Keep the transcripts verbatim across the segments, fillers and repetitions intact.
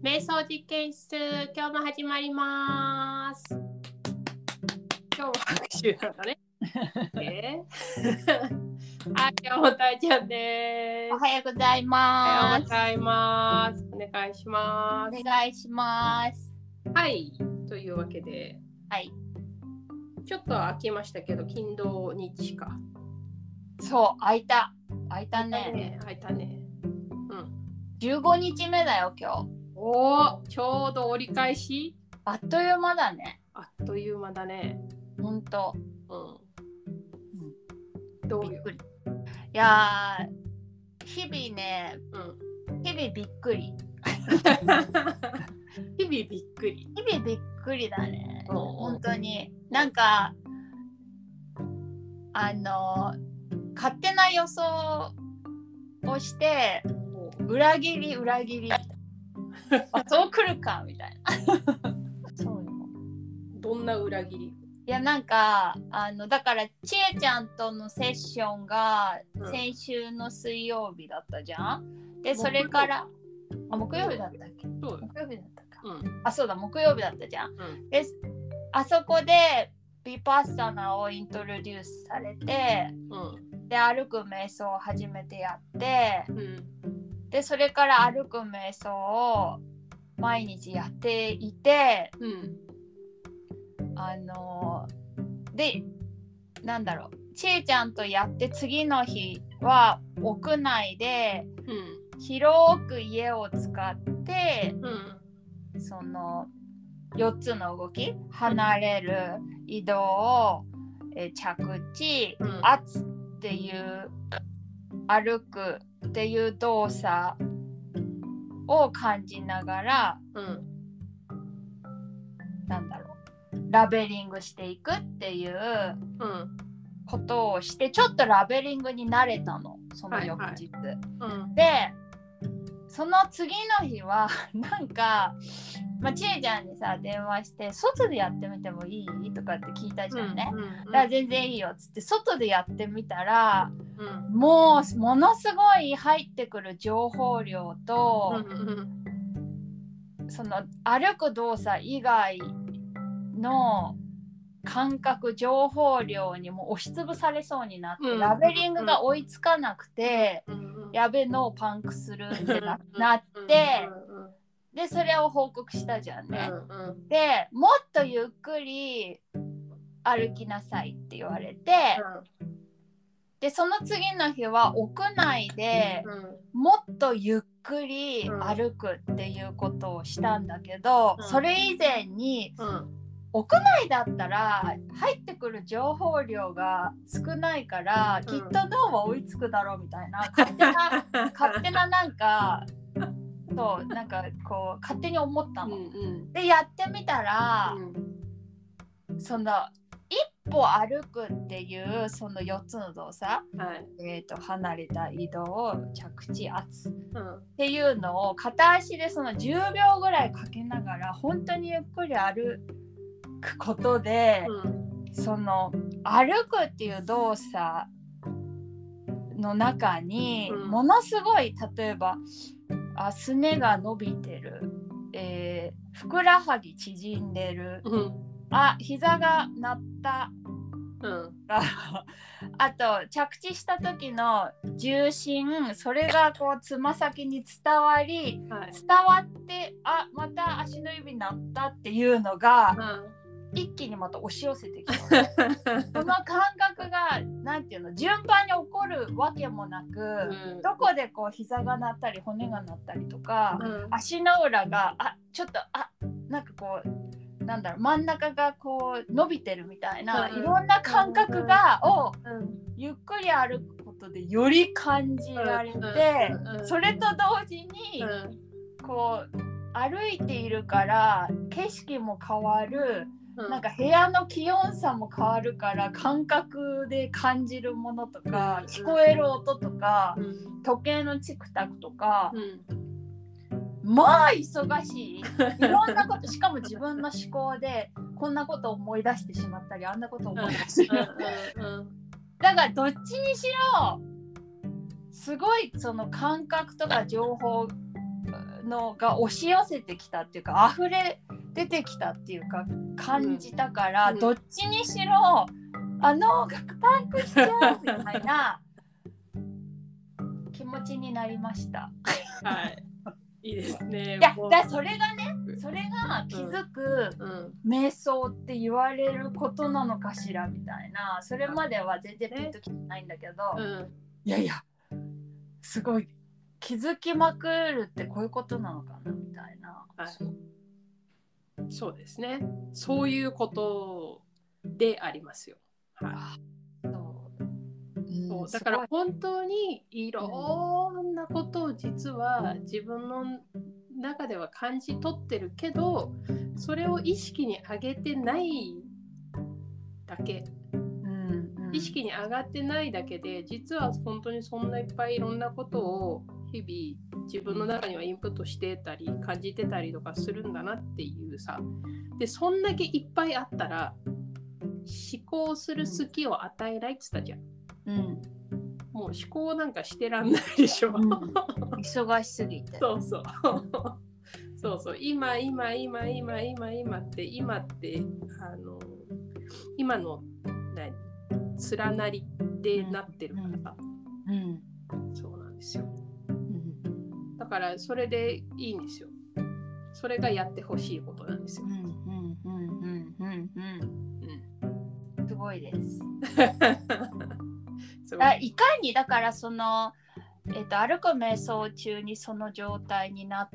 瞑想実験室、今日も始まります。今日も拍手なんだね。えー、あ、今日もたいちゃんです。 おはようございおます。 はようございます。お願いします。 お願いします。 はい、というわけで、 はい。 ちょっと空きましたけど、金土日か。 そう、開いた。開いたね。 開いたね。うん。 じゅうごにちめだよ、今日。 おー、ちょうど折り返し。 あっという間だね。 あっという間だね。 ほんと。 うん。 うん、 どうよ。 びっくり。いやー、日々ね、 うん、 日々びっくり。 日々びっくり。 日々びっくりだね。本当に。なんか、あの、勝手な予想をして、裏切り裏切りあ、そう来るかみたいな。そうよ。 どんな裏切り？ いや、なんかあのだからちえちゃんとのセッションが先週の水曜日だったじゃん、うん、でそれからあ木曜日だったっけ？ そう木曜日だったか、 うん、 あそうだ木曜日だったじゃん、 うん、 であそこでビパッサナをイントロデュースされて、うん、で歩く瞑想を初めてやって、うん、でそれから歩く瞑想を毎日やっていて、うん、あのでなんだろうちえちゃんとやって次の日は屋内で、うん、広く家を使って、うん、そのよっつの動き離れる移動、え着地、うん、圧っていう歩くっていう動作を感じながら、うん、なんだろうラベリングしていくっていうことをして、ちょっとラベリングに慣れたのその翌日、はいはいうん、でその次の日はなんか、まあ、ちえちゃんにさ電話して外でやってみてもいいとかって聞いたじゃんね、うんうんうん、だから全然いいよっつって外でやってみたら、うん、もうものすごい入ってくる情報量と、うんうん、その歩く動作以外の感覚情報量にも押しつぶされそうになって、うん、ラベリングが追いつかなくて、うん、やべ脳パンクするってな, なって、でそれを報告したじゃんね、うんうん、でもっとゆっくり歩きなさいって言われて、うん、でその次の日は屋内でもっとゆっくり歩くっていうことをしたんだけど、うん、それ以前に、うん屋内だったら入ってくる情報量が少ないから、うん、きっと脳は追いつくだろうみたいな勝手な勝手ななんかそうなんかこう勝手に思ったの、うんうん、でやってみたら、うん、その一歩歩くっていうそのよっつの動作、はいえー、と離れた移動着地圧、うん、っていうのを片足でそのじゅうびょうぐらいかけながら本当にゆっくり歩くことで、うん、その歩くっていう動作の中に、うん、ものすごい例えばあすねが伸びてる、えー、ふくらはぎ縮んでる、うん、あ膝が鳴った、うん、あと着地した時の重心それがこうつま先に伝わり、はい、伝わってあまた足の指鳴ったっていうのが、うん一気にまた押し寄せてきたその感覚がなんていうの順番に起こるわけもなく、うん、どこでこう膝が鳴ったり骨が鳴ったりとか、うん、足の裏があちょっとあなんかこうなんだろう真ん中がこう伸びてるみたいな、うん、いろんな感覚が、うん、をゆっくり歩くことでより感じられて、うん、それと同時に、うん、こう歩いているから景色も変わるなんか部屋の気温差も変わるから感覚で感じるものとか、うん、聞こえる音とか、うん、時計のチクタクとか、うん、まあ忙しいいろんなことしかも自分の思考でこんなことを思い出してしまったりあんなことを思い出してる、うんうんうん、だからどっちにしろすごいその感覚とか情報のが押し寄せてきたっていうか溢れ出てきたっていうか感じたから、うん、どっちにしろあ脳がパンクしちゃうみたいな気持ちになりました。 はい。いいですね。 いやだそれがねそれが気づく瞑想って言われることなのかしらみたいな、それまでは全然ピンときてないんだけど、うん、いやいやすごい気づきまくるってこういうことなのかなみたいな、 はい、そう、そうですね、そういうことでありますよ。はい、そう、だから本当にいろんなことを実は自分の中では感じ取ってるけど、それを意識に上げてないだけ、うんうん、意識に上がってないだけで、実は本当にそんないっぱいいろんなことを日々自分の中にはインプットしてたり感じてたりとかするんだなっていうさ。でそんだけいっぱいあったら思考する隙を与えないって言ったじゃん。うん、もう思考なんかしてらんないでしょ、うん、 忙しすぎて。 そうそうそうそう、今今今今今今って今ってあの今の何連なりでなってるからさ、うんうん、そうなんですよ、うん、だからそれでいいんですよ。それがやってほしいことなんですよ。うんうんうんうんうんうん、すごいですあいかにだからその、えーと、歩く瞑想中にその状態になって、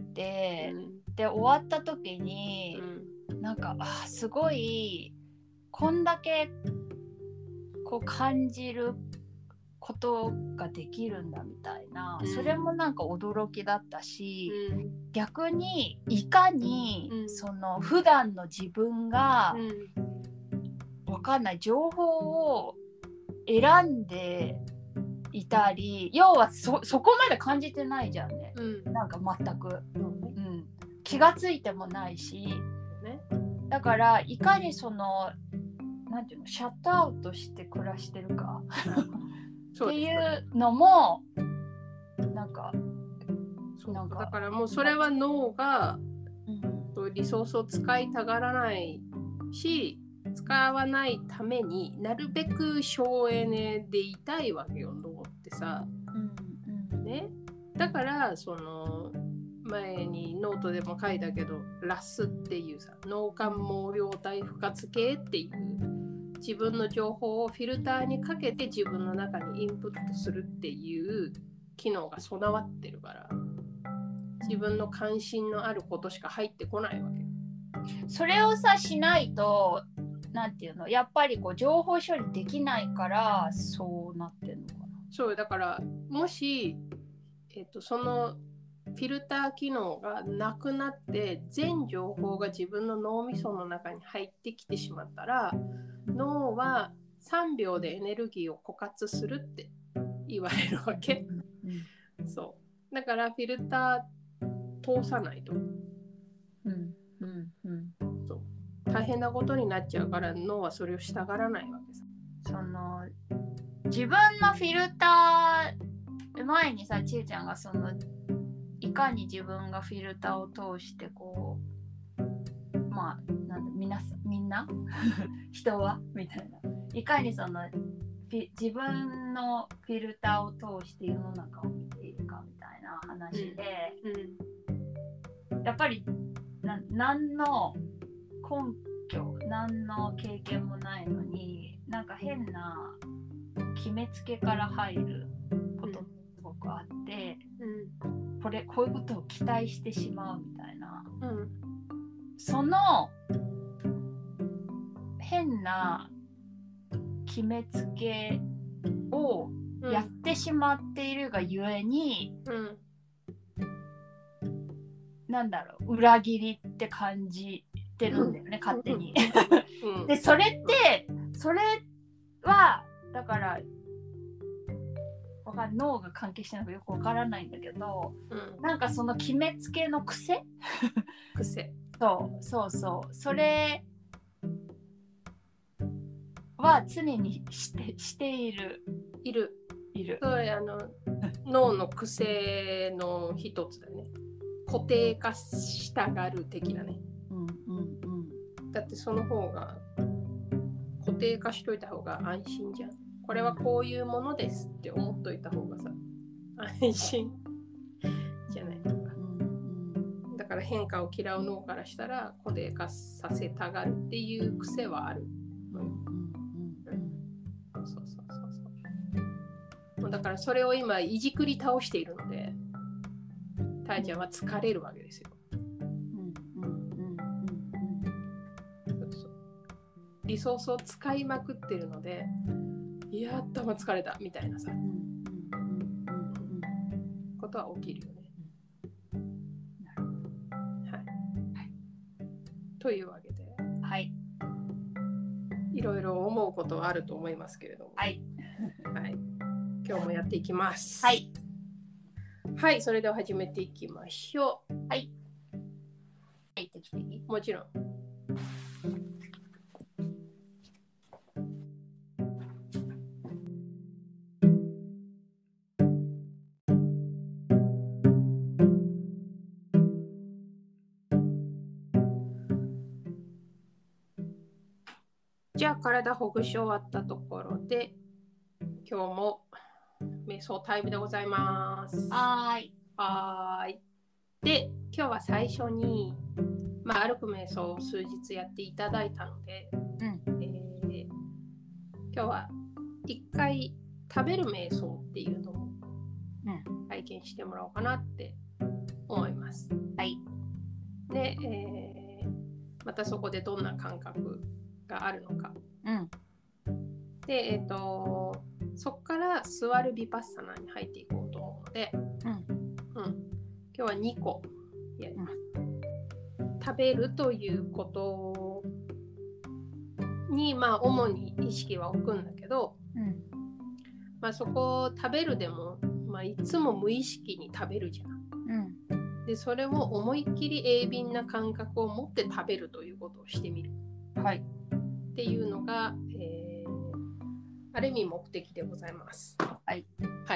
うん、で終わった時に、うん、なんかあすごいこんだけこう感じることができるんだみたいな、うん、それもなんか驚きだったし、うん、逆にいかに、うん、その普段の自分が、うん、わかんない情報を選んでいたり、要は そ, そこまで感じてないじゃんね、うん、なんか全く、うんうん、気がついてもないし、ね、だからいかにそのなんていうのシャットアウトして暮らしてるかっていうのもなんか、 なんかだからもうそれは脳が、うん、リソースを使いたがらないし使わないためになるべく省エネでいたいわけよ、脳ってさ、うんうんね、だからその前にノートでも書いたけどラスっていうさ脳幹毛量体不活系っていう自分の情報をフィルターにかけて自分の中にインプットするっていう機能が備わってるから、自分の関心のあることしか入ってこないわけ。 それをさしないとなんていうのやっぱりこう情報処理できないからそうなってんのかな。 そうだからもし、えっと、そのフィルター機能がなくなって全情報が自分の脳みその中に入ってきてしまったら脳はさんびょうでエネルギーを枯渇するって言われるわけ、うん、そうだからフィルター通さないと、うんうんうん、そう大変なことになっちゃうから脳はそれをしたがらないわけさ。 その自分のフィルター前にさちえちゃんがそのいかに自分がフィルターを通してこうまあなんだみなみんな人はみたいないかにその自分のフィルターを通して世の中を見ているかみたいな話で、うんうん、やっぱりな何の根拠何の経験もないのになんか変な決めつけから入ることがすごくあって、うん、これこういうことを期待してしまうみたいな、うん、その変な決めつけをやってしまっているがゆえに、うん、なんだろう裏切りって感じてるんだよね、うん、勝手に、うん、でそれってそれはだから脳が関係してないのかよくわからないんだけど、うん、なんかその決めつけの癖癖そうそうそうそれは常にしてしているいるいるそれあの脳の癖の一つだよね。 固定化したがる的なね、 うんうんうん、だってその方が固定化しといた方が安心じゃん。これはこういうものですって思っといた方がさ安心じゃないのか、うん、だから変化を嫌う脳からしたら固定化させたがるっていう癖はある、うんうんうん、そうそうそうそう、だからそれを今いじくり倒しているのでタイちゃんは疲れるわけですよ。リソースを使いまくってるので、いや頭疲れたみたいなさ、ことは起きるよね。はい。はい、というわけで、 はい。 いろいろ思うことはあると思いますけれども、 はい。 はい。今日もやっていきます。 はい。 はい、それでは始めていきましょう。 はい。入ってきていい？ もちろん。じゃあ体ほぐし終わったところで今日も瞑想タイムでございます。 はーい。 はーい。で、今日は最初に、まあ、歩く瞑想を数日やっていただいたので、うんえー、今日は一回食べる瞑想っていうのを体験してもらおうかなって思います。 はい。 で、えー、またそこでどんな感覚があるのか。うん、で、えっと、そこから座るヴィパッサナーに入っていこうと思うので、うんうん、今日はにこやります。食べるということに、まあ、主に意識は置くんだけど、うんまあ、そこを食べるでも、まあ、いつも無意識に食べるじゃん。うん、でそれを思いっきり鋭敏な感覚を持って食べるということをしてみる、はい、っていうのが、えー、ある意味目的でございます。はい、はい、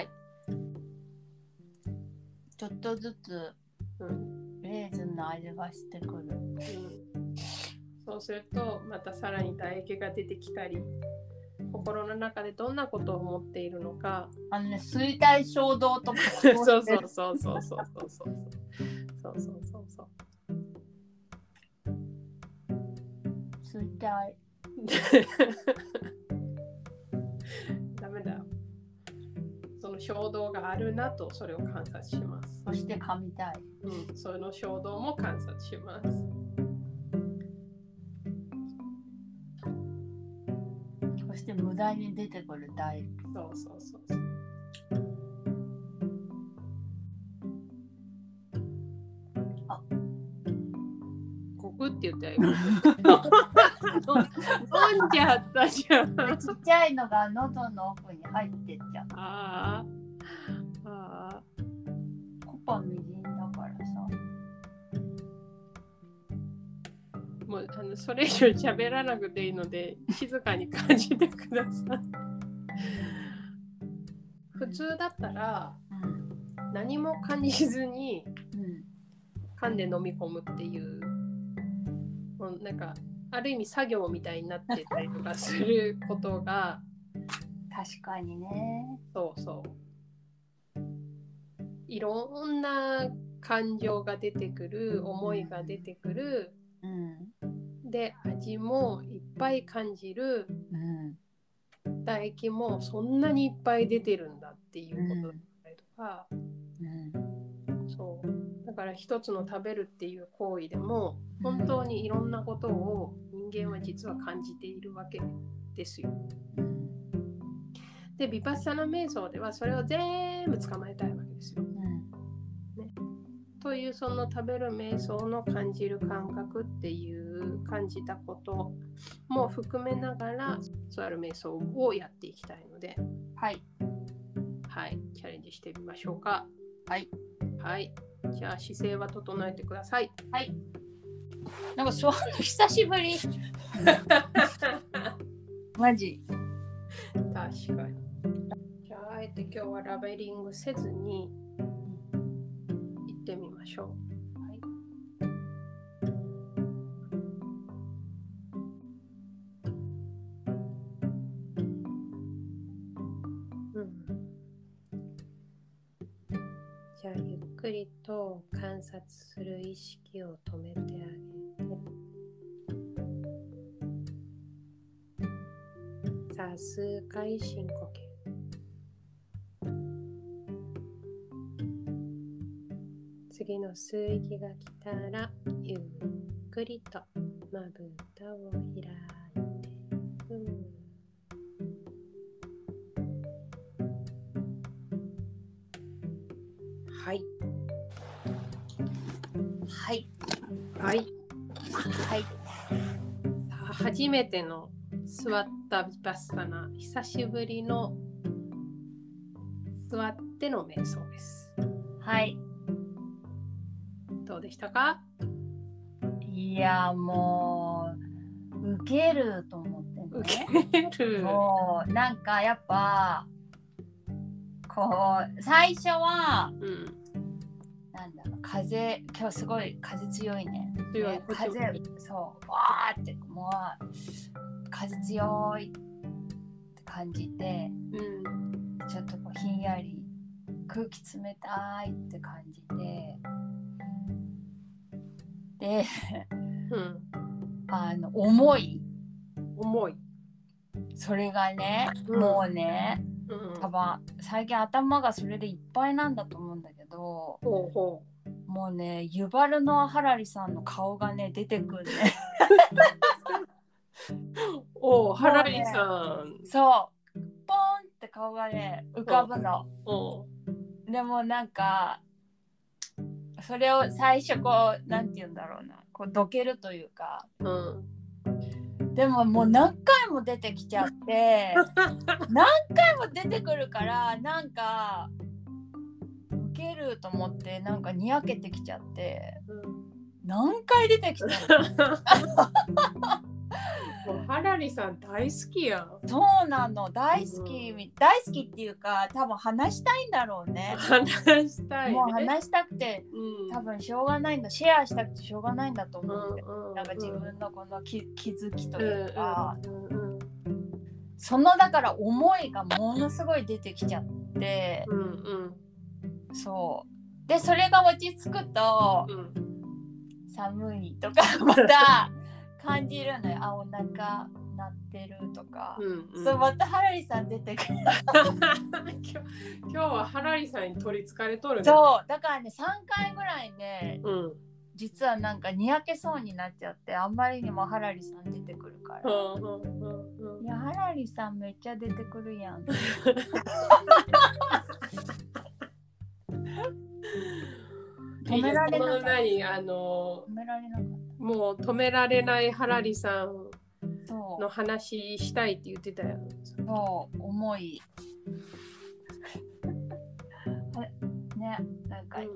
ちょっとずつ、うんレーズンの味がしてくる、うん、 そうするとまたさらに唾液が出てきたり心の中でどんなことを思っているのかあのね衰退衝動とかそうそうそうそうそうそうそうそうそうそうそう衰退ダメだよその衝動があるなとそれを観察します。 そして噛みたい。 うん、その衝動も観察します。 そして無駄に出てくる唾液。 そうそうそうそう。あ、コクって言ったよ。飲んじゃったじゃん。 ちっちゃいのが喉の奥に入ってっちゃう。 ああ、ああ。 コパみじんだからさ。 もうあのそれ以上喋らなくていいので静かに感じてください。普通だったら、うん、何も感じずに、うん、噛んで飲み込むっていう、もうなんかある意味作業みたいになってたりとかすることが確かにね。 そうそういろんな感情が出てくる思いが出てくる、うん、で味もいっぱい感じる、うん、唾液もそんなにいっぱい出てるんだっていうことだったりとか、うんうん、そうだから一つの食べるっていう行為でも本当にいろんなことを人間は実は感じているわけですよ。でヴィパッサナ瞑想ではそれを全部捕まえたいわけですよ。ね、というその食べる瞑想の感じる感覚っていう感じたことも含めながら座る瞑想をやっていきたいので、はい、はい、チャレンジしてみましょうか。はい、はい、じゃあ姿勢は整えてください。 はい。なんか座るの久しぶり。マジ。 確かに。じゃああえて今日はラベリングせずに行ってみましょう。 くりと観察する意識を止めてあげて、さあ数回深呼吸。次の吸う息が来たらゆっくりとまぶたを開いていく。はいはいはいはい。 初めての座ったヴィパッサナ、久しぶりの座っての瞑想です。 はい。 どうでしたか？ いやもう受けると思ってね。 受ける。 もうなんかやっぱこう最初は、うん、なんだろう、風、今日すごい風強いね。 強い、 ね、風、そうわーってもう風強いって感じて、うん、ちょっとこうひんやり空気冷たいって感じて。で、うん、あの重い重いそれがね、うん、もうね、うん、多分最近頭がそれでいっぱいなんだと思うんだけど、ほうほう、もうねユバルノア・ハラリさんの顔がね出てくるねおハラリさん、 ね、そうポンって顔がね浮かぶの。でもなんかそれを最初こうなんて言うんだろうな、こうどけるというか、うん、でももう何回も出てきちゃって何回も出てくるからなんか受けると思ってなんかにやけてきちゃって、うん、何回出てきたのもうハラリさん大好きやん。 そうなの、大好き、うん、大好きっていうか多分話したいんだろうね。 話したい、ね、 もう話したくて、うん、多分しょうがないんだ、シェアしたくてしょうがないんだと思って、うんうん、なんか自分のこの気、気づきというか、うんうんうん、そのだから思いがものすごい出てきちゃって、うんうん、そうでそれが落ち着くと、うん、寒いとかまた感じるのよ。あ、お腹鳴ってるとか、うんうん、そうまたハラリさん出てくる今日、今日はハラリさんに取りつかれとるね。 そうだからねさんかいぐらいね、うん、実はなんかにやけそうになっちゃって、あんまりにもハラリさん出てくるから、うんうんうんうん、いやハラリさんめっちゃ出てくるやん止められなかった。 何あの止められなかった。 もう止められないハラリさんの話したいって言ってたよ。 そう重いね、なんか、うん、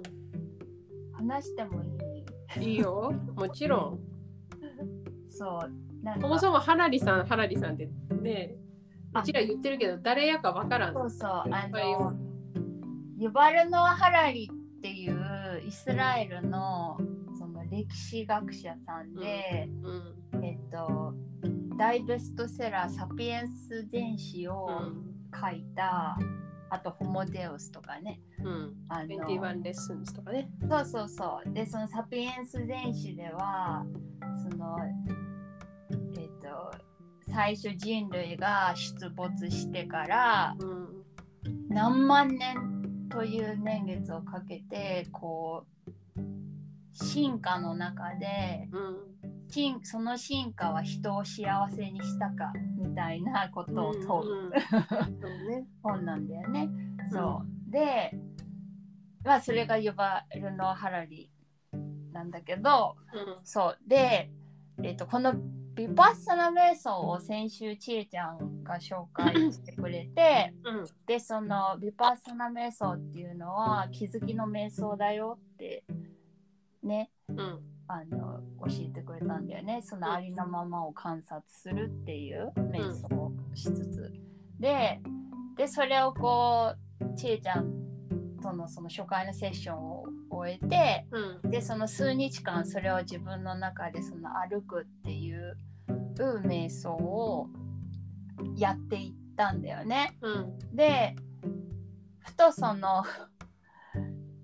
話してもいいいいよ、もちろんそうなんかそもそもハラリさんハラリさんってね、うちら言ってるけど誰やかわからん。 そうそう、あのユバルノア・ハラリっていうイスラエルのその歴史学者さんで、うんうん、えっと大ベストセラーサピエンス全史を書いた、うん、あとホモデウスとかね、うん、あのにじゅういちレッスンズとかね。 そうそうそうでそのサピエンス全史ではそのえっと最初人類が出没してから、うん、何万年という年月をかけてこう進化の中で、うん、進その進化は人を幸せにしたかみたいなことを問う、うんうんね、本なんだよね。そう、うん、で、まあ、それがユバルノア・ハラリなんだけど、うん、そうで、えーと、このヴィパッサナ瞑想を先週ちえちゃんが紹介してくれて、うん、でそのヴィパッサナ瞑想っていうのは気づきの瞑想だよってね、うん、あの教えてくれたんだよね。そのありのままを観察するっていう瞑想をしつつ、うん、で, でそれをこうちえちゃんとのその初回のセッションを終えて、うん、でその数日間それを自分の中でその歩くっていう瞑想をやっていったんだよね、うん、でふとその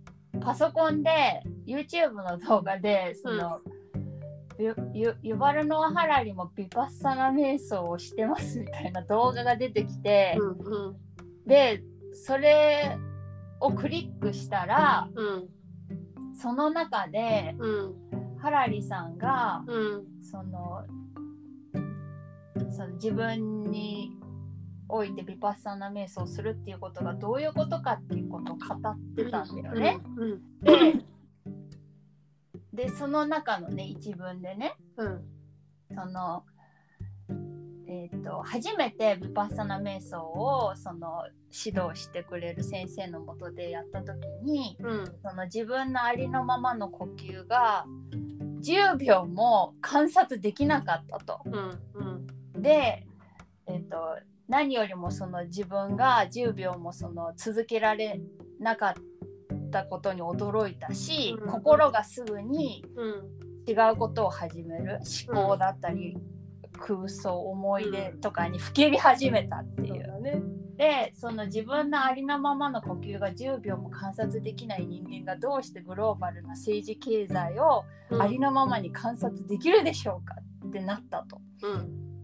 パソコンで YouTube の動画でその、うん、ユ, ユバルノア・ハラリもビパッサナ瞑想をしてますみたいな動画が出てきて、うんうん、でそれをクリックしたら、うん、その中で、うん、ハラリさんが、うん、そのその自分においてビパッサナ瞑想をするっていうことがどういうことかっていうことを語ってたんだよね、うんうん、で, でその中のね一文でね、うん、そのえーと、初めてビパッサナ瞑想をその指導してくれる先生のもとでやった時に、うん、その自分のありのままの呼吸がじゅうびょうも観察できなかったと、うんうん、で、えーと、何よりもその自分がじゅうびょうもその続けられなかったことに驚いたし、うん、心がすぐに違うことを始める思考だったり、うん空想思い出とかにふけり始めたっていう、うんね、でその自分のありのままの呼吸がじゅうびょうも観察できない人間がどうしてグローバルな政治経済をありのままに観察できるでしょうかってなったと、うん、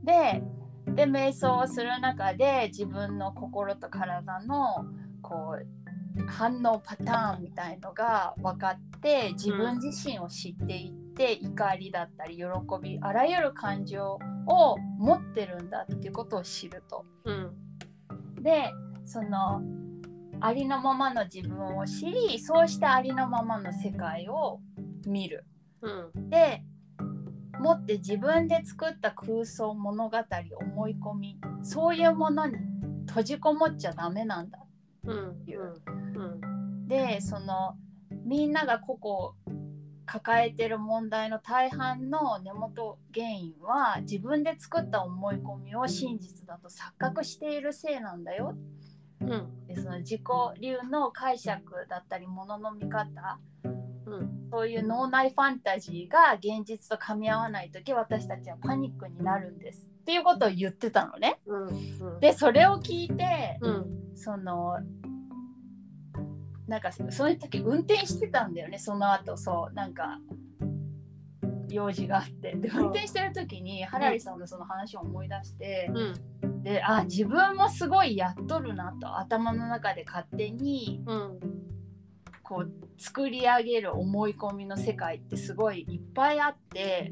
で, で瞑想をする中で自分の心と体のこう反応パターンみたいのが分かって自分自身を知っていって、うん、怒りだったり喜びあらゆる感情を持ってるんだっていうことを知ると、うん、でそのありのままの自分を知りそうしてありのままの世界を見る、うん、でもって自分で作った空想物語思い込みそういうものに閉じこもっちゃダメなんだっていう、うんうん、でそのみんなが個々抱えてる問題の大半の根元原因は自分で作った思い込みを真実だと錯覚しているせいなんだよ、うん、でその自己流の解釈だったりものの見方、うん、そういう脳内ファンタジーが現実と噛み合わないとき私たちはパニックになるんですっていうことを言ってたのね、うんうん、でそれを聞いて、うん、そのなんかその時運転してたんだよねその後そうなんか用事があってで運転してる時にハラリさんのその話を思い出して、うん、であ自分もすごいやっとるなと頭の中で勝手に、うん、こう作り上げる思い込みの世界ってすごいいっぱいあって、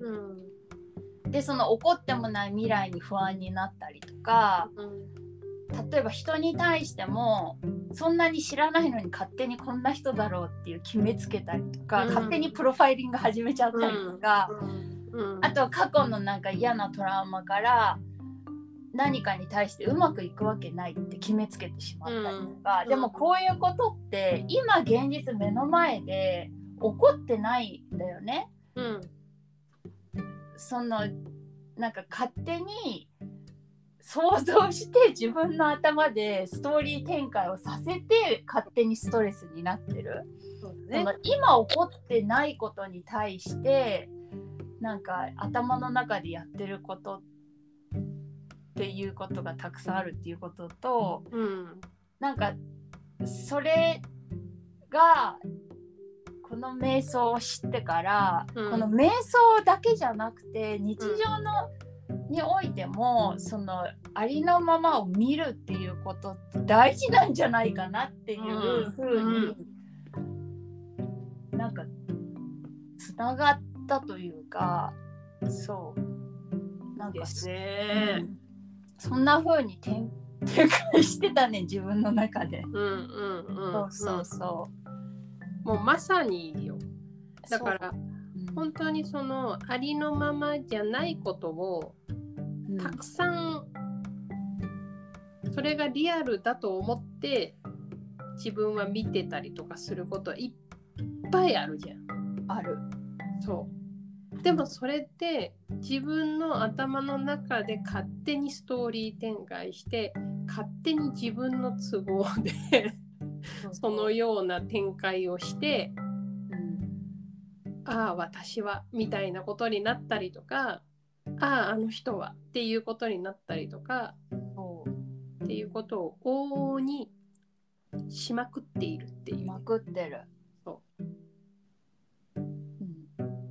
うん、でその起こってもない未来に不安になったりとか、うん、例えば人に対してもそんなに知らないのに勝手にこんな人だろうっていう決めつけたりとか、うん、勝手にプロファイリング始めちゃったりとか、うんうん、あと過去のなんか嫌なトラウマから何かに対してうまくいくわけないって決めつけてしまったりとか、うん、でもこういうことって今現実目の前で起こってないんだよね、うん、そのなんか勝手に想像して自分の頭でストーリー展開をさせて勝手にストレスになってる、そうね、その今起こってないことに対してなんか頭の中でやってることっていうことがたくさんあるっていうことと、うん、なんかそれがこの瞑想を知ってから、うん、この瞑想だけじゃなくて日常の、うん、においてもそのありのままを見るっていうことって大事なんじゃないかなっていうふうに、うん、なんかつながったというかそうなんかですね、うん、そんな風に展開してたね自分の中で、うんうんうん、そうそうそう、 もうまさによだから、うん、本当にそのありのままじゃないことをたくさん、うん、それがリアルだと思って自分は見てたりとかすることはいっぱいあるじゃん。 ある。 そうでもそれって自分の頭の中で勝手にストーリー展開して勝手に自分の都合でそのような展開をして、うん、ああ私はみたいなことになったりとかあああの人はっていうことになったりとかそうっていうことを往々にしまくっているっていう。 まくってる。 そう、うん、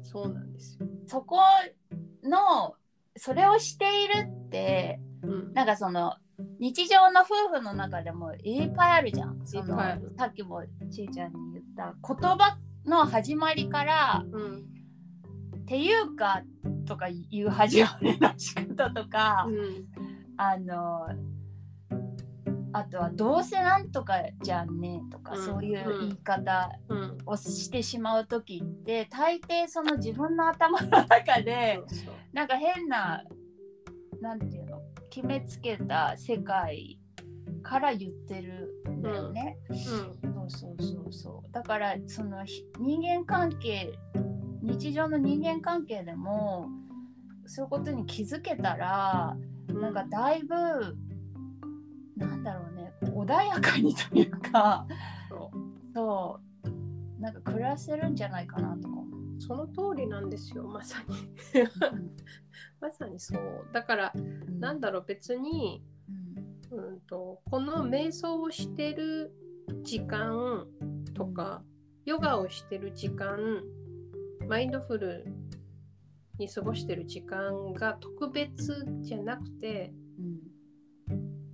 そうなんですよ。 そこのそれをしているって、うん、なんかその日常の夫婦の中でもいっぱいあるじゃん。そのさっきもちいちゃんに言った言葉の始まりから、うん、っていうかとかいう始まりの仕方とか、うん、あのあとはどうせなんとかじゃんねとか、うん、そういう言い方をしてしまう時って、大抵その自分の頭の中でなんか変な、なんていうの、決めつけた世界から言ってるんだよね、うんうん、そうそうそうそう。だからその人間関係、日常の人間関係でもそういうことに気づけたら、なんかだいぶなんだろうね、穏やかにというか、そうそうなんか暮らせるんじゃないかなとか。 その通りなんですよ、まさにまさにそう。だから、うん、なんだろう、別に、うんうん、とこの瞑想をしてる時間とか、うん、ヨガをしてる時間、マインドフルに過ごしてる時間が特別じゃなくて、うん、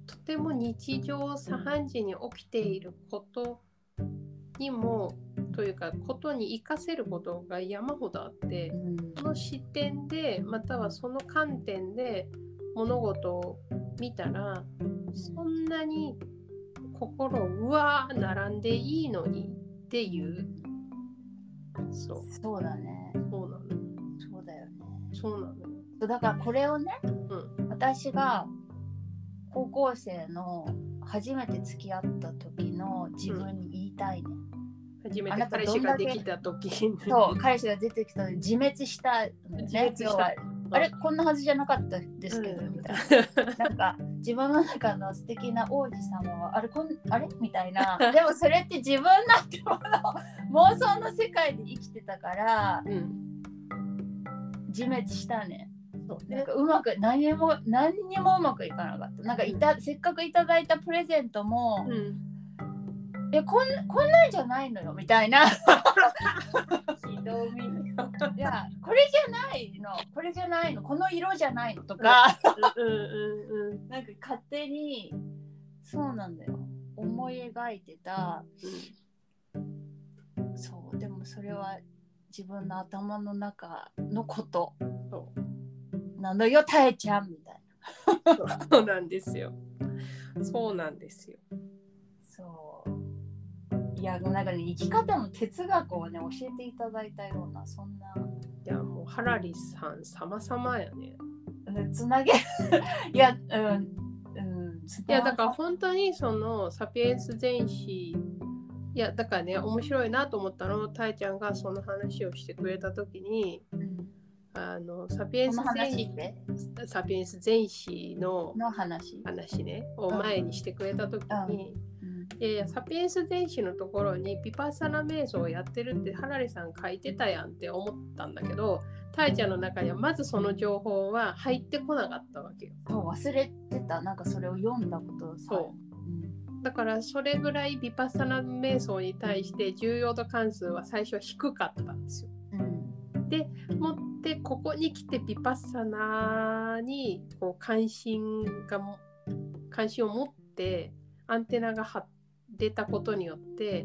とても日常茶飯事に起きていることにもというかことに活かせることが山ほどあって、うん、その視点でまたはその観点で物事を見たら、うん、そんなに心うわー並んでいいのにっていう、 そうそうだね、 そうなの、 そうだよね、 そうなのよ。 だからこれをね、うん、私が高校生の初めて付き合った時の自分に言いたいね、 うん、初めて彼氏ができた時そう彼氏が出てきた時自滅したのね。自滅した。あれこんなはずじゃなかったですけど、うん、みたいな。なんか自分の中の素敵な王子様はあれこんあれみたいな。でもそれって自分なんてもの妄想の世界で生きてたから、うん、自滅したね。そうね、なんかうまく何にも何にもうまくいかなかった。なんかいた、うん、せっかくいただいたプレゼントも、うん、えこんこんなんじゃないのよみたいな。ひどみ。いやこれじゃないの、これじゃないの、この色じゃないのとか、うんうんうん、なんか勝手にそうなんだよ思い描いてた。うん、そうでもそれは自分の頭の中のこと。そうなんだよ、たえちゃんみたいな。そうなんですよ。そうなんですよ。 そう。いや、なんかね、生き方の哲学をね、教えていただいたような、そんな。 いや、もうハラリさん、様々やね。 つなげ、いや、うん、うん。 いや、だから本当にそのサピエンス全史、いや、だからね、面白いなと思ったの、たえちゃんがその話をしてくれたときに、うんあのサピエンス全史サピエンス全史の話話ねを前にしてくれた時に、うんうん、いやいやサピエンス全史のところにビパッサナ瞑想をやってるってハラリさん書いてたやんって思ったんだけど、タイちゃんの中にはまずその情報は入ってこなかったわけよ。 そう忘れてた、なんかそれを読んだことさ。 そう、うん、だからそれぐらいビパッサナ瞑想に対して重要度関数は最初は低かったんですよ。うん、でもでここに来てビパッサナにこう関心が関心を持ってアンテナが張出たことによって、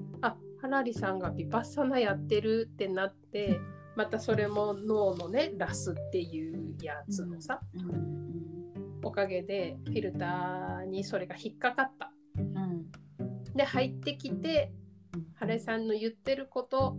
あ、ハラリさんがビパッサナやってるってなって、またそれも脳のねラスっていうやつのさ、うんうん、おかげでフィルターにそれが引っかかった、うん、で入ってきてハラリさんの言ってること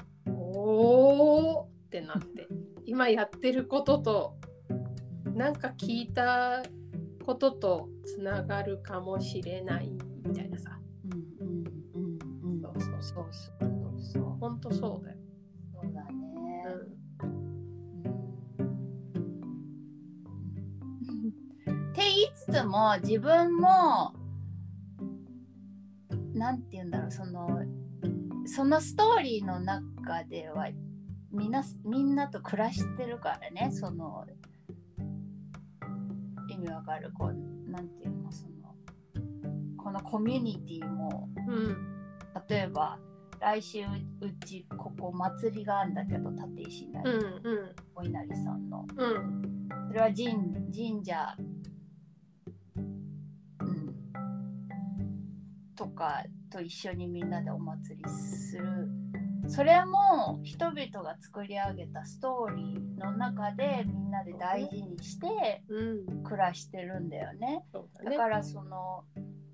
おーってなって今やってることとなんか聞いたこととつながるかもしれないみたいなさ、うんうんうんうん、そうそうそうそうそう本当そうだよ。 そうだね、うん、って言いつつも自分もなんて言うんだろう、そのそのストーリーの中ではみんなみんなと暮らしてるからね、その意味わかる、こうなんていうの、そのこのコミュニティも、うん、例えば来週うちここ祭りがあるんだけど、立石稲荷、うんうん、お稲荷さんの、うん、それは 神, 神社、うん、とかと一緒にみんなでお祭りする。それも人々が作り上げたストーリーの中でみんなで大事にして暮らしてるんだよね。うん、だ, ねだからその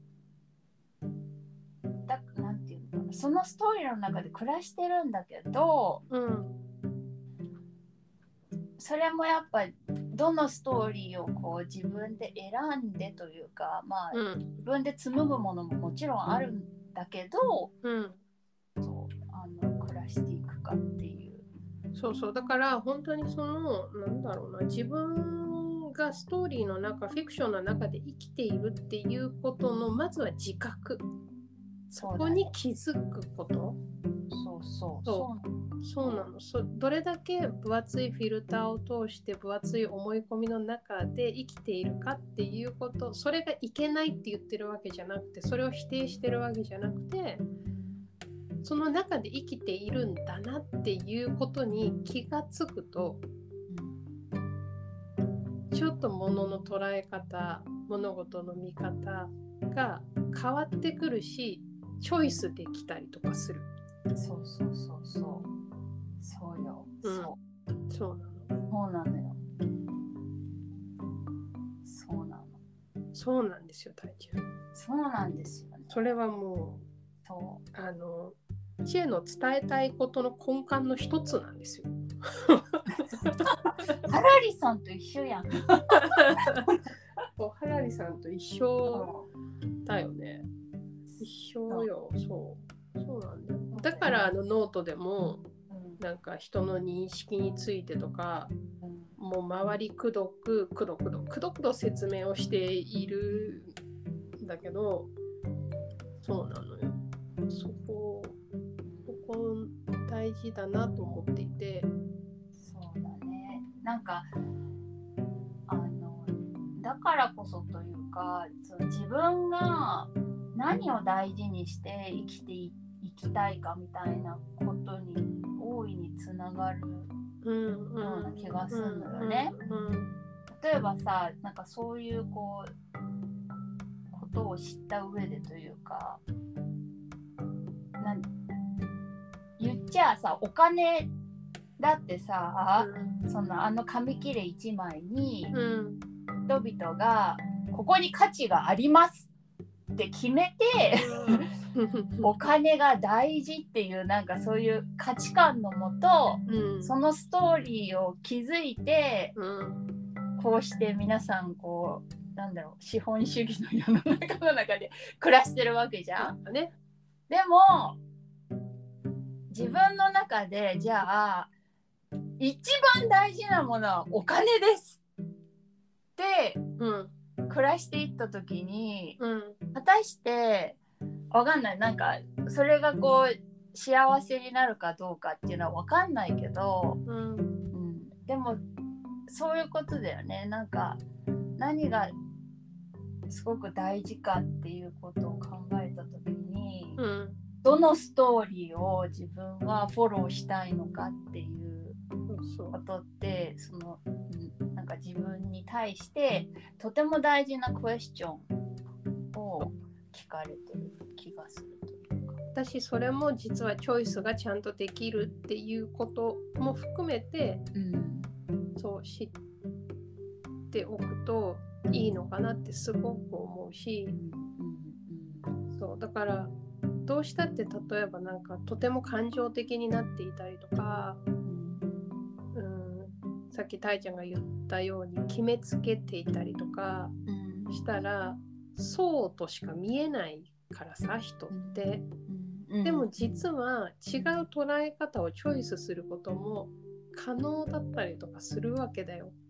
だなんていうのかな、そのストーリーの中で暮らしてるんだけど、うん、それもやっぱりどのストーリーをこう自分で選んでというか、まあ、うん、自分で紡ぐものももちろんあるんだけど、うん、そうあの暮らしていくかっていう。 そうそう、だから本当にそのなんだろうな、自分がストーリーの中、フィクションの中で生きているっていうことのまずは自覚、そこに気づくこと。 そうそうそうそうなの。そどれだけ分厚いフィルターを通して分厚い思い込みの中で生きているかっていうこと、それがいけないって言ってるわけじゃなくて、それを否定してるわけじゃなくて、その中で生きているんだなっていうことに気がつくと、ちょっと物の捉え方、物事の見方が変わってくるし、チョイスできたりとかする。 そうそうそうそう。そうよ。 うん、そう。そうなの。 そうなのよ。そうなの。 そうなんですよ、大ちゃん。 そうなんですよね。 それはもう、そうあの知恵の伝えたいことの根幹の一つなんですよ。 ハラリさんと一緒やん。 ハラリさんと一緒だよね。一緒よ。そう。そうなんだよ。だからあのノートでも、なんか人の認識についてとか、もう周りくどくくどくどくどくど説明をしているんだけど、そうなのよ。そこ、そこ大事だなと思っていて。 そうだね。なんかあのだからこそというか、その自分が何を大事にして生きていきたいかみたいなことに大いにつながるような気がするのよね。例えばさ、なんかそういうこうことを知った上でというか、なん言っちゃさ、お金だってさ、うん、そのあの紙切れいちまいに、うん、人々がここに価値がありますって決めて、うん、お金が大事っていうなんかそういう価値観のもと、うん、そのストーリーを築いて、うん、こうして皆さんこうなんだろう、資本主義の世の中の中で暮らしてるわけじゃん、ね、でも自分の中でじゃあ一番大事なものはお金ですって、うん、暮らしていった時に、うん、果たしてわかんない、なんかそれがこう幸せになるかどうかっていうのはわかんないけど、うんうん、でもそういうことだよね。なんか何がすごく大事かっていうことを考えた時に、うん、どのストーリーを自分はフォローしたいのかっていうことって、そのなんか自分に対してとても大事なクエスチョンを聞かれてる気がするというか、 私それも実はチョイスがちゃんとできるっていうことも含めて、うん、そう知っておくといいのかなってすごく思うし、うんうん、そうだからどうしたって例えばなんかとても感情的になっていたりとか、うん、さっきたいちゃんが言ったように決めつけていたりとかしたら、うん、そうとしか見えないからさ、人って、うん、でも実は違う捉え方をチョイスすることも可能だったりとかするわけだよ、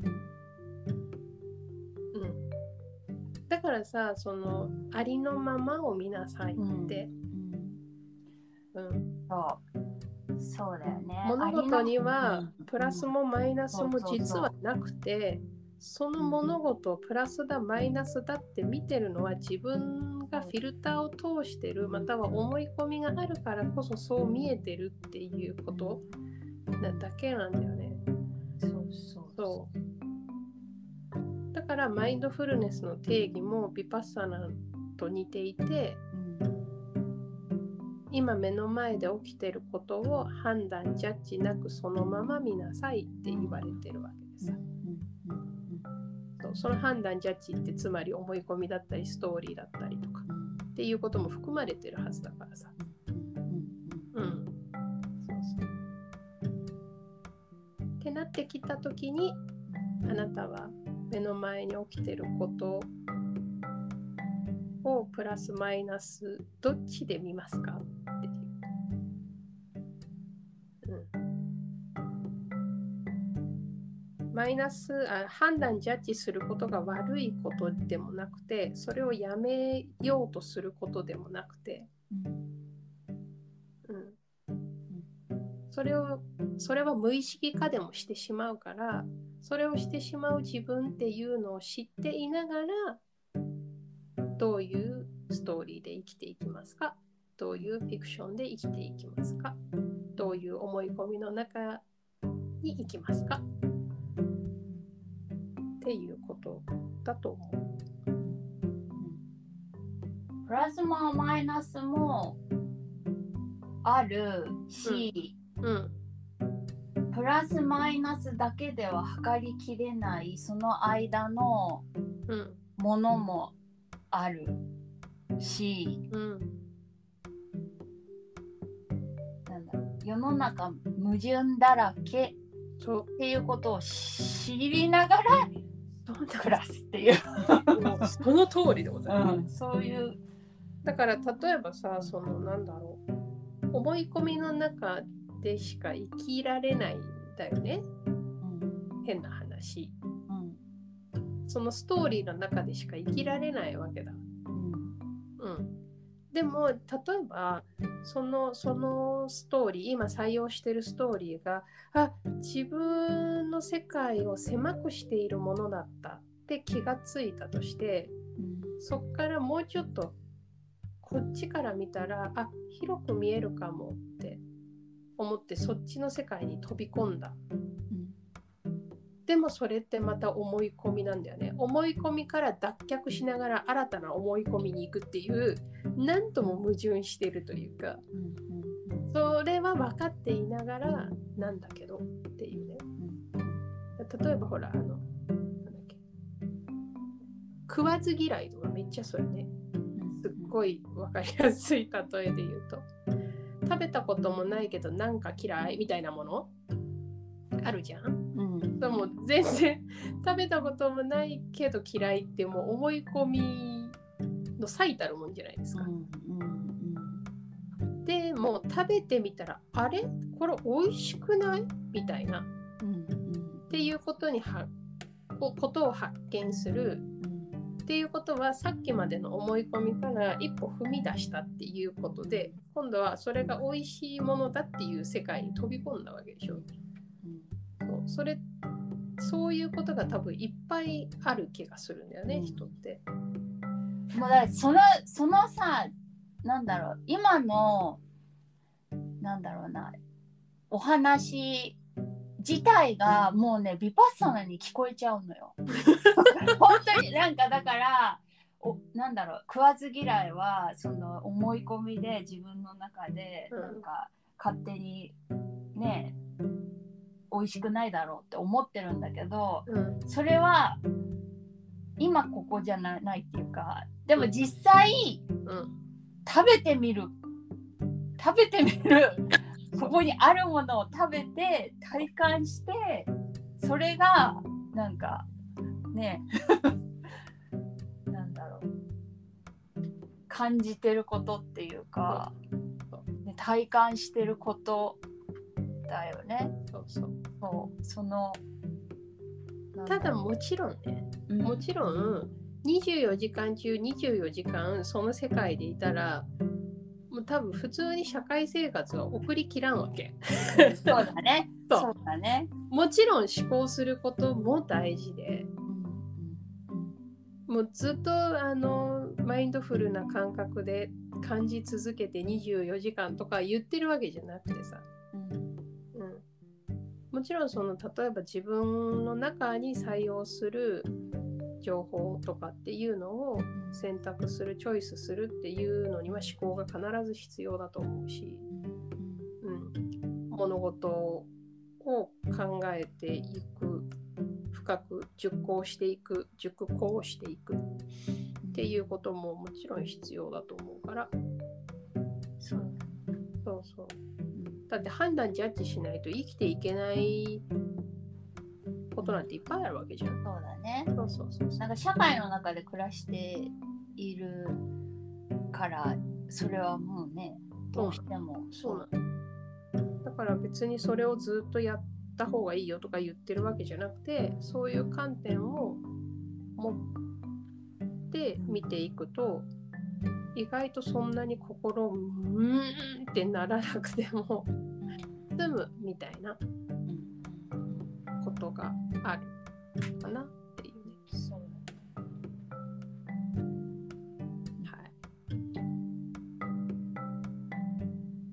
うんうん、だからさ、そのありのままを見なさいって、うんうん、 そうそうだよね。 物事にはプラスもマイナスも実はなくて、その物事をプラスだマイナスだって見てるのは自分がフィルターを通してる、または思い込みがあるからこそそう見えてるっていうことだけなんだよね。 そうそうそう。だからマインドフルネスの定義もビパッサナと似ていて、うん、今目の前で起きてることを判断ジャッジなくそのまま見なさいって言われてるわけです、うんうんうん、そうその判断ジャッジってつまり思い込みだったりストーリーだったりとかっていうことも含まれてるはずだからさ、うん、うん、そうそうってなってきたときにあなたは目の前に起きてることをプラスマイナスどっちで見ますかっていう、うん、マイナスあ判断ジャッジすることが悪いことでもなくて、それをやめようとすることでもなくて、うんうん、それをそれは無意識化でもしてしまうから、それをしてしまう自分っていうのを知っていながら、どういうストーリーで生きていきますか、どういうフィクションで生きていきますか、どういう思い込みの中に生きますかっていうことだと思う。 プラスもマイナスもあるし、うんうんプラスマイナスだけでは測りきれないその間のものもあるし、うん、なんだろう、世の中矛盾だらけっていうことを知りながら暮らすっていうその通りでございます、 うん、そういうだから例えばさ、そのなんだろう、思い込みの中でしか生きられないだよね、うん、変な話、うん、そのストーリーの中でしか生きられないわけだ、うんうん、でも例えばその、そのストーリー、今採用してるストーリーがあ自分の世界を狭くしているものだったって気がついたとして、うん、そっからもうちょっとこっちから見たらあ広く見えるかもって思ってそっちの世界に飛び込んだ、うん、でもそれってまた思い込みなんだよね。思い込みから脱却しながら新たな思い込みに行くっていうなんとも矛盾してるというか、うんうんうん、それは分かっていながらなんだけどっていうね、うん、例えばほらあのなんだっけ食わず嫌いとかめっちゃそれね、すっごい分かりやすい例えで言うと、食べたこともないけどなんか嫌いみたいなものあるじゃん、うん、でも全然食べたこともないけど嫌いってもう思い込みの最たるもんじゃないですか、うんうんうん、でも食べてみたらあれこれ美味しくないみたいな、うんうん、っていうことにはことを発見する、っていうことはさっきまでの思い込みから一歩踏み出したっていうことで、今度はそれが美味しいものだっていう世界に飛び込んだわけでしょ、うん、そう、それそういうことが多分いっぱいある気がするんだよね、うん、人って。 もうだそのそのさ、なんだろう、今のなんだろうなお話自体がもうねビパッサナに聞こえちゃうのよ本当になんかだからおなんだろう、食わず嫌いはその思い込みで自分の中でなんか勝手にね美味しくないだろうって思ってるんだけど、うん、それは今ここじゃな、ないっていうか、でも実際、うん、食べてみる食べてみるここにあるものを食べて体感してそれがなんかねなんだろう感じてることっていうか、ね、体感してることだよね。 そうそうそうそのただもちろんね、うん、もちろんにじゅうよじかん中にじゅうよじかんその世界でいたらもう多分普通に社会生活は送りきらんわけそうだねそう、そうだね。 もちろん思考することも大事で、 もうずっとあのマインドフルな感覚で感じ続けてにじゅうよじかんとか言ってるわけじゃなくてさ、うんうん、もちろんその例えば自分の中に採用する情報とかっていうのを選択するチョイスするっていうのには思考が必ず必要だと思うし、うん、物事を考えていく、深く熟考していく、熟考していくっていうことももちろん必要だと思うから、そう、そうそう。だって判断ジャッジしないと生きていけないことなんていっぱいあるわけじゃん。 そうだね。 そうそうそうそう。 なんか社会の中で暮らしているからそれはもうね、どうしてもそうなの。だから別にそれをずっとやった方がいいよとか言ってるわけじゃなくて、そういう観点を持って見ていくと意外とそんなに心うーんってならなくても済むみたいなことがあるかなっていうね。そう。はい。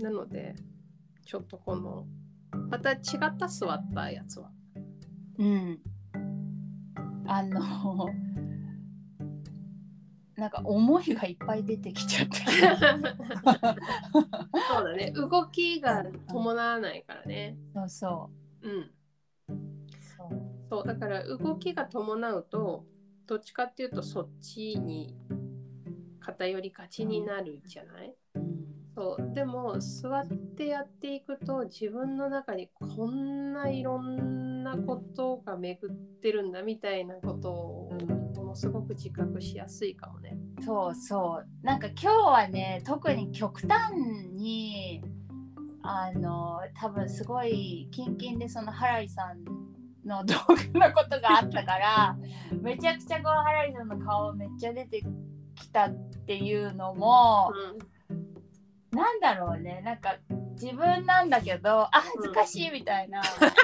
なのでちょっとこのまた違った座ったやつは、 うん、あのなんか思いがいっぱい出てきちゃったそうだね、動きが伴わないからね。 そうそう、うん、 そうそう、だから動きが伴うとどっちかっていうとそっちに偏りがちになるじゃない、うん、そうでも座ってやっていくと自分の中にこんないろんなことが巡ってるんだみたいなことをものすごく自覚しやすいかもね。 そうそう、なんか今日はね特に極端にあの多分すごいキンキンでそのハラリさんの動画のことがあったからめちゃくちゃこうハラリさんの顔めっちゃ出てきたっていうのも、うん、なんだろうね、なんか自分なんだけどあ恥ずかしいみたいな、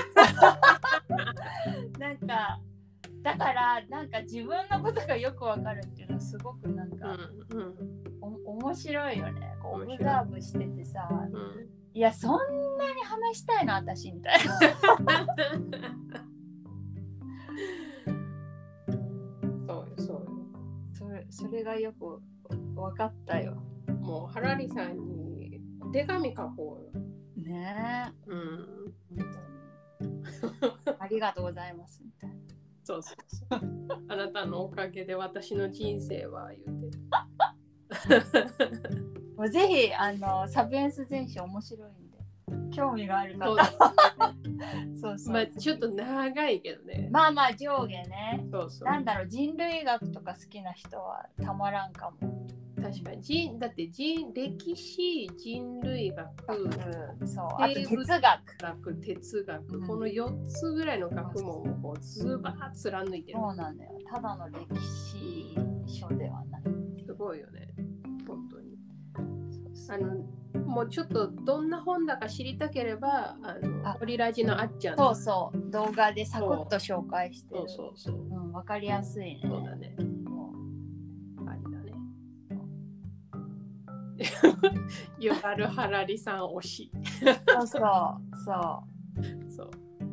うん、なんかだからなんか自分のことがよくわかるっていうのはすごくなんか、うんうん、お面白いよね。こうオブザーブしててさ、うん、いやそんなに話したいの私みたいなそうよそうよ、 それ、それがよく分かったよ。 もうハラリさんにお手紙書こうよねえ、うん、本当にありがとうございますみたいな。 そうそうそうあなたのおかげで私の人生は言うてもうぜひあのサピエンス全史面白いんで興味がある方そうそう、まあちょっと長いけどね、 まあまあ上下ね、 そうそう、 なんだろう、人類学とか好きな人はたまらんかも。 確かに人だって人歴史、人類学、 うん、そう、あと哲学学哲学、うん、このよっつぐらいの学問をこうずばー貫いてる。 そうなんだよ、ただの歴史書ではない。 すごいよね本当に。あのもうちょっとどんな本だか知りたければあのオリラジのあっちゃん、 そうそう動画でサクッと紹介してる。 そうそうそう、 うん、分かりやすいね。 そうだね、ありだねユバル・ハラリさん推しそうそうそうそう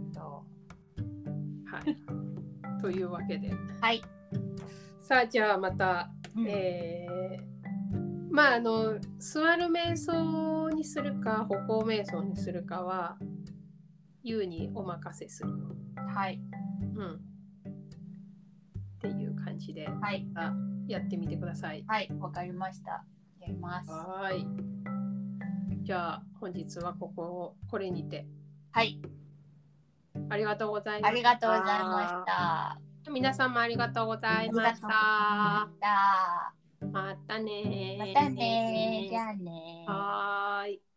そうはいというわけで、 はい、 さあじゃあまた、うん、えー、まああの座る瞑想にするか歩行瞑想にするかはユウにお任せする。 はい、 うん、っていう感じで、 はい、 やってみてください。 はい、わかりました。やります。 はい。じゃあ本日はこここれにて。 はい。 ありがとうございました。 ありがとうございました。 皆さんもありがとうございました。またね。 またね。じゃあね。 はーい。